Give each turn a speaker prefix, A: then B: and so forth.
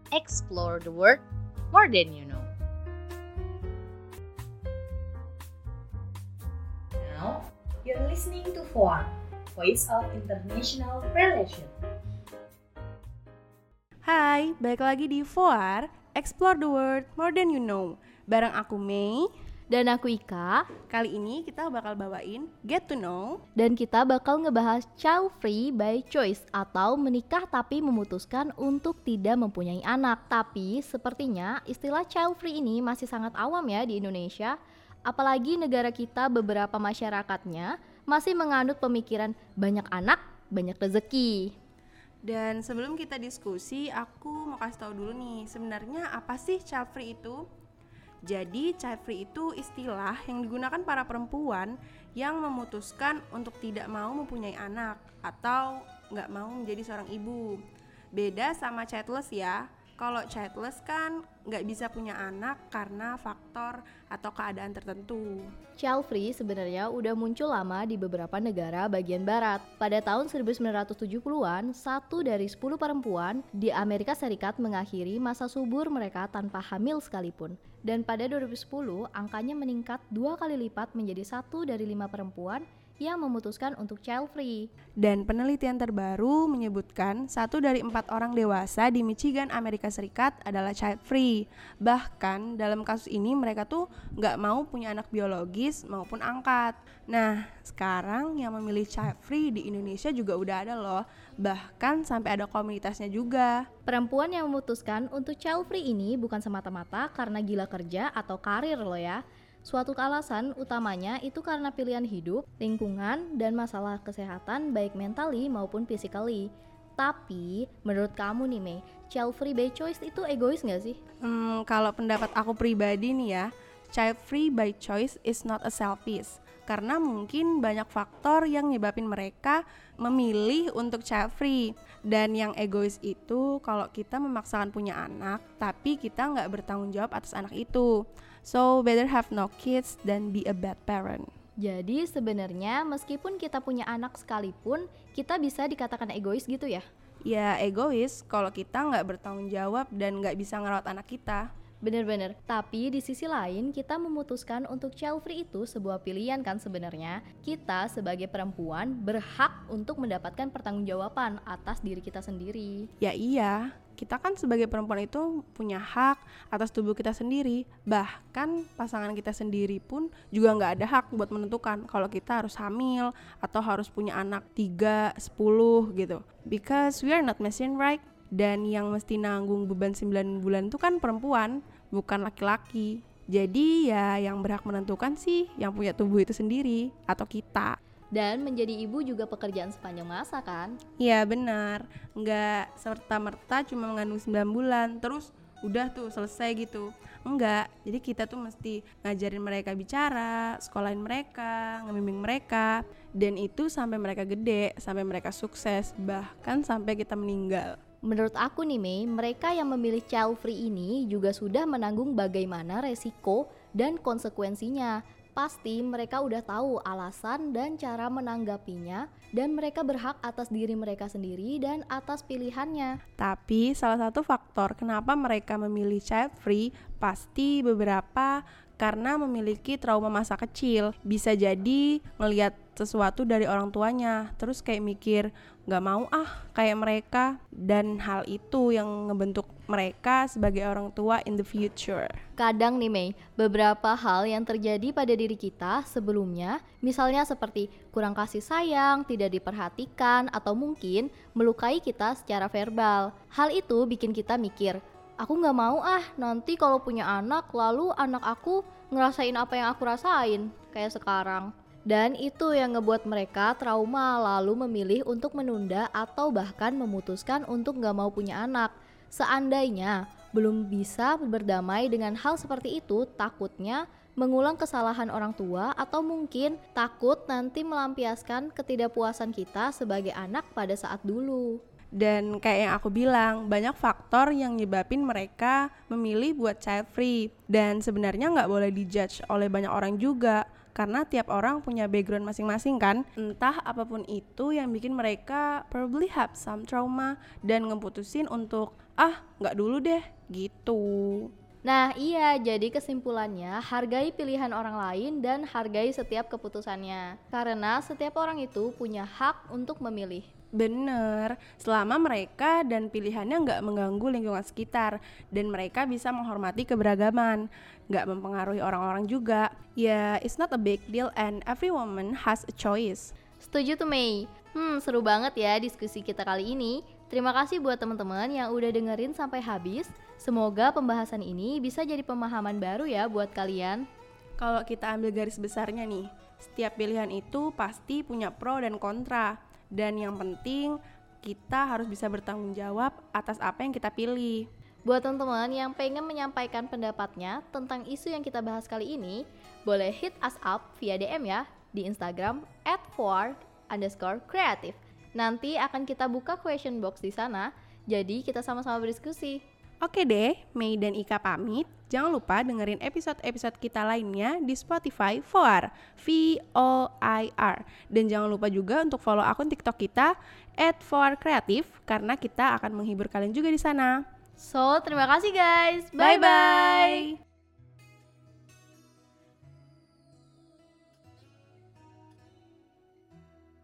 A: explore the world more than you know.
B: Now, you're listening to FOAR, Voice of International Relations.
C: Hai, balik lagi di FOAR, Explore the World More Than You Know. Bareng aku Mei.
A: Dan aku Ika.
C: Kali ini kita bakal bawain Get to Know.
A: Dan kita bakal ngebahas child free by choice atau menikah tapi memutuskan untuk tidak mempunyai anak. Tapi sepertinya istilah child free ini masih sangat awam ya di Indonesia. Apalagi negara kita beberapa masyarakatnya masih menganut pemikiran banyak anak, banyak rezeki.
C: Dan sebelum kita diskusi, aku mau kasih tahu dulu nih, sebenarnya apa sih child free itu? Jadi child free itu istilah yang digunakan para perempuan yang memutuskan untuk tidak mau mempunyai anak atau nggak mau menjadi seorang ibu. Beda sama childless ya. Kalau childless kan nggak bisa punya anak karena faktor atau keadaan tertentu.
A: Child free sebenarnya udah muncul lama di beberapa negara bagian barat. Pada tahun 1970-an, 1 dari 10 perempuan di Amerika Serikat mengakhiri masa subur mereka tanpa hamil sekalipun. Dan pada 2010, angkanya meningkat 2 kali lipat menjadi 1 dari 5 perempuan yang memutuskan untuk child free.
C: Dan penelitian terbaru menyebutkan 1 dari 4 orang dewasa di Michigan, Amerika Serikat adalah child free. Bahkan dalam kasus ini mereka tuh nggak mau punya anak biologis maupun angkat. Nah, sekarang yang memilih child free di Indonesia juga udah ada loh. Bahkan sampai ada komunitasnya juga.
A: Perempuan yang memutuskan untuk child free ini bukan semata-mata karena gila kerja atau karir loh ya. Suatu alasan utamanya itu karena pilihan hidup, lingkungan, dan masalah kesehatan baik mentally maupun physically. Tapi menurut kamu nih Mei, child free by choice itu egois gak sih?
C: Kalau pendapat aku pribadi nih ya, child free by choice is not a selfish. Karena mungkin banyak faktor yang nyebabin mereka memilih untuk child free. Dan yang egois itu kalau kita memaksakan punya anak, tapi kita nggak bertanggung jawab atas anak itu. So better have no kids than be a bad parent.
A: Jadi sebenarnya meskipun kita punya anak sekalipun, kita bisa dikatakan egois gitu ya?
C: Ya egois kalau kita nggak bertanggung jawab dan nggak bisa ngerawat anak kita.
A: Bener-bener, tapi di sisi lain kita memutuskan untuk child free itu sebuah pilihan kan sebenarnya. Kita sebagai perempuan berhak untuk mendapatkan pertanggungjawaban atas diri kita sendiri.
C: Ya iya, kita kan sebagai perempuan itu punya hak atas tubuh kita sendiri. Bahkan pasangan kita sendiri pun juga gak ada hak buat menentukan kalau kita harus hamil atau harus punya anak 3, 10 gitu. Because we are not machine, right? Dan yang mesti nanggung beban 9 bulan itu kan perempuan, bukan laki-laki. Jadi ya yang berhak menentukan sih yang punya tubuh itu sendiri atau kita.
A: Dan menjadi ibu juga pekerjaan sepanjang masa kan?
C: Iya benar, nggak serta-merta cuma mengandung 9 bulan terus udah tuh selesai gitu. Enggak, jadi kita tuh mesti ngajarin mereka bicara, sekolahin mereka, ngebimbing mereka. Dan itu sampai mereka gede, sampai mereka sukses, bahkan sampai kita meninggal.
A: Menurut aku nih Mei, mereka yang memilih child free ini juga sudah menanggung bagaimana resiko dan konsekuensinya. Pasti mereka udah tahu alasan dan cara menanggapinya dan mereka berhak atas diri mereka sendiri dan atas pilihannya.
C: Tapi salah satu faktor kenapa mereka memilih child free pasti beberapa karena memiliki trauma masa kecil. Bisa jadi ngelihat sesuatu dari orang tuanya, terus kayak mikir gak mau kayak mereka. Dan hal itu yang ngebentuk mereka sebagai orang tua in the future.
A: Kadang nih Mei, beberapa hal yang terjadi pada diri kita sebelumnya, misalnya seperti kurang kasih sayang, tidak diperhatikan, atau mungkin melukai kita secara verbal. Hal itu bikin kita mikir, aku gak mau nanti kalau punya anak, lalu anak aku ngerasain apa yang aku rasain, kayak sekarang. Dan itu yang ngebuat mereka trauma lalu memilih untuk menunda atau bahkan memutuskan untuk gak mau punya anak. Seandainya belum bisa berdamai dengan hal seperti itu, takutnya mengulang kesalahan orang tua atau mungkin takut nanti melampiaskan ketidakpuasan kita sebagai anak pada saat dulu.
C: Dan kayak yang aku bilang, banyak faktor yang nyebabin mereka memilih buat child free. Dan sebenarnya nggak boleh dijudge oleh banyak orang juga. karena tiap orang punya background masing-masing kan. Entah apapun itu yang bikin mereka probably have some trauma dan ngeputusin untuk nggak dulu deh gitu.
A: Nah iya, jadi kesimpulannya hargai pilihan orang lain dan hargai setiap keputusannya. Karena setiap orang itu punya hak untuk memilih.
C: Bener, selama mereka dan pilihannya nggak mengganggu lingkungan sekitar dan mereka bisa menghormati keberagaman, nggak mempengaruhi orang-orang juga. Ya, it's not a big deal and every woman has a choice.
A: Setuju tuh Mei. Seru banget ya diskusi kita kali ini. Terima kasih buat teman-teman yang udah dengerin sampai habis. Semoga pembahasan ini bisa jadi pemahaman baru ya buat kalian.
C: Kalau kita ambil garis besarnya nih, setiap pilihan itu pasti punya pro dan kontra. Dan yang penting, kita harus bisa bertanggung jawab atas apa yang kita pilih.
A: Buat teman-teman yang pengen menyampaikan pendapatnya tentang isu yang kita bahas kali ini, boleh hit us up via DM ya di Instagram @4_creative. Nanti akan kita buka question box di sana, jadi kita sama-sama berdiskusi.
C: Oke deh, Mei dan Ika pamit. Jangan lupa dengerin episode-episode kita lainnya di Spotify Voir, VOIR. Dan jangan lupa juga untuk follow akun TikTok kita @4creative karena kita akan menghibur kalian juga di sana.
A: So, terima kasih guys.
C: Bye-bye.